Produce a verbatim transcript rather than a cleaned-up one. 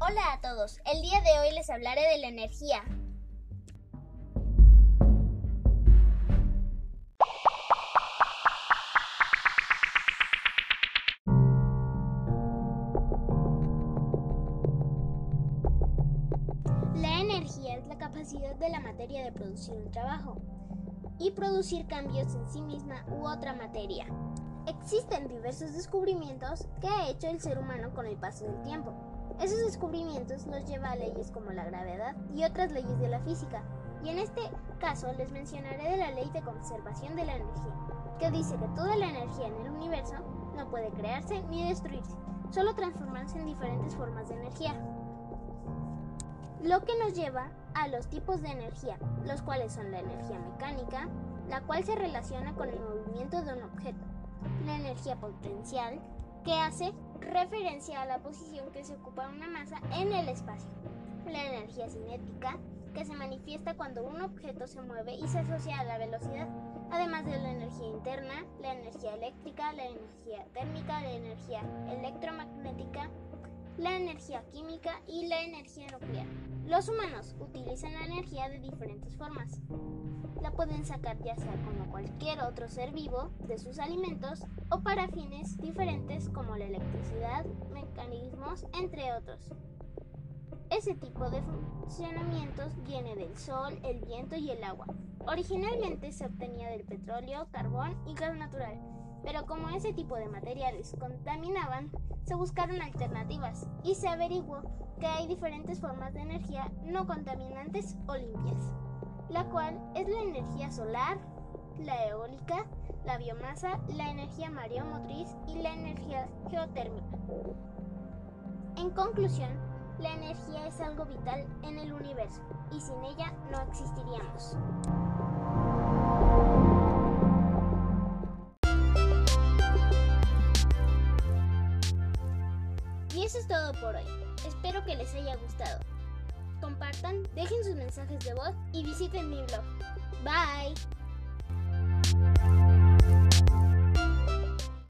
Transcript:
Hola a todos, el día de hoy les hablaré de la energía. La energía es la capacidad de la materia de producir un trabajo y producir cambios en sí misma u otra materia. Existen diversos descubrimientos que ha hecho el ser humano con el paso del tiempo. Esos descubrimientos los lleva a leyes como la gravedad y otras leyes de la física, y en este caso les mencionaré de la ley de conservación de la energía, que dice que toda la energía en el universo no puede crearse ni destruirse, solo transformarse en diferentes formas de energía. Lo que nos lleva a los tipos de energía, los cuales son la energía mecánica, la cual se relaciona con el movimiento de un objeto, la energía potencial, que hace referencia a la posición que se ocupa una masa en el espacio, la energía cinética, que se manifiesta cuando un objeto se mueve y se asocia a la velocidad, además de la energía interna, la energía eléctrica, la energía térmica, la energía electromagnética, la energía química y la energía nuclear. Los humanos utilizan la energía de diferentes formas. La pueden sacar ya sea como cualquier otro ser vivo de sus alimentos o para fines diferentes como la electricidad, mecanismos, entre otros. Ese tipo de funcionamientos viene del sol, el viento y el agua. Originalmente se obtenía del petróleo, carbón y gas natural, pero como ese tipo de materiales contaminaban, se buscaron alternativas y se averiguó que hay diferentes formas de energía no contaminantes o limpias, la cual es la energía solar, la eólica, la biomasa, la energía mareomotriz y la energía geotérmica. En conclusión, la energía es algo vital en el universo y sin ella no existiríamos. Y eso es todo por hoy. Espero que les haya gustado. Compartan, dejen sus mensajes de voz y visiten mi blog. Bye.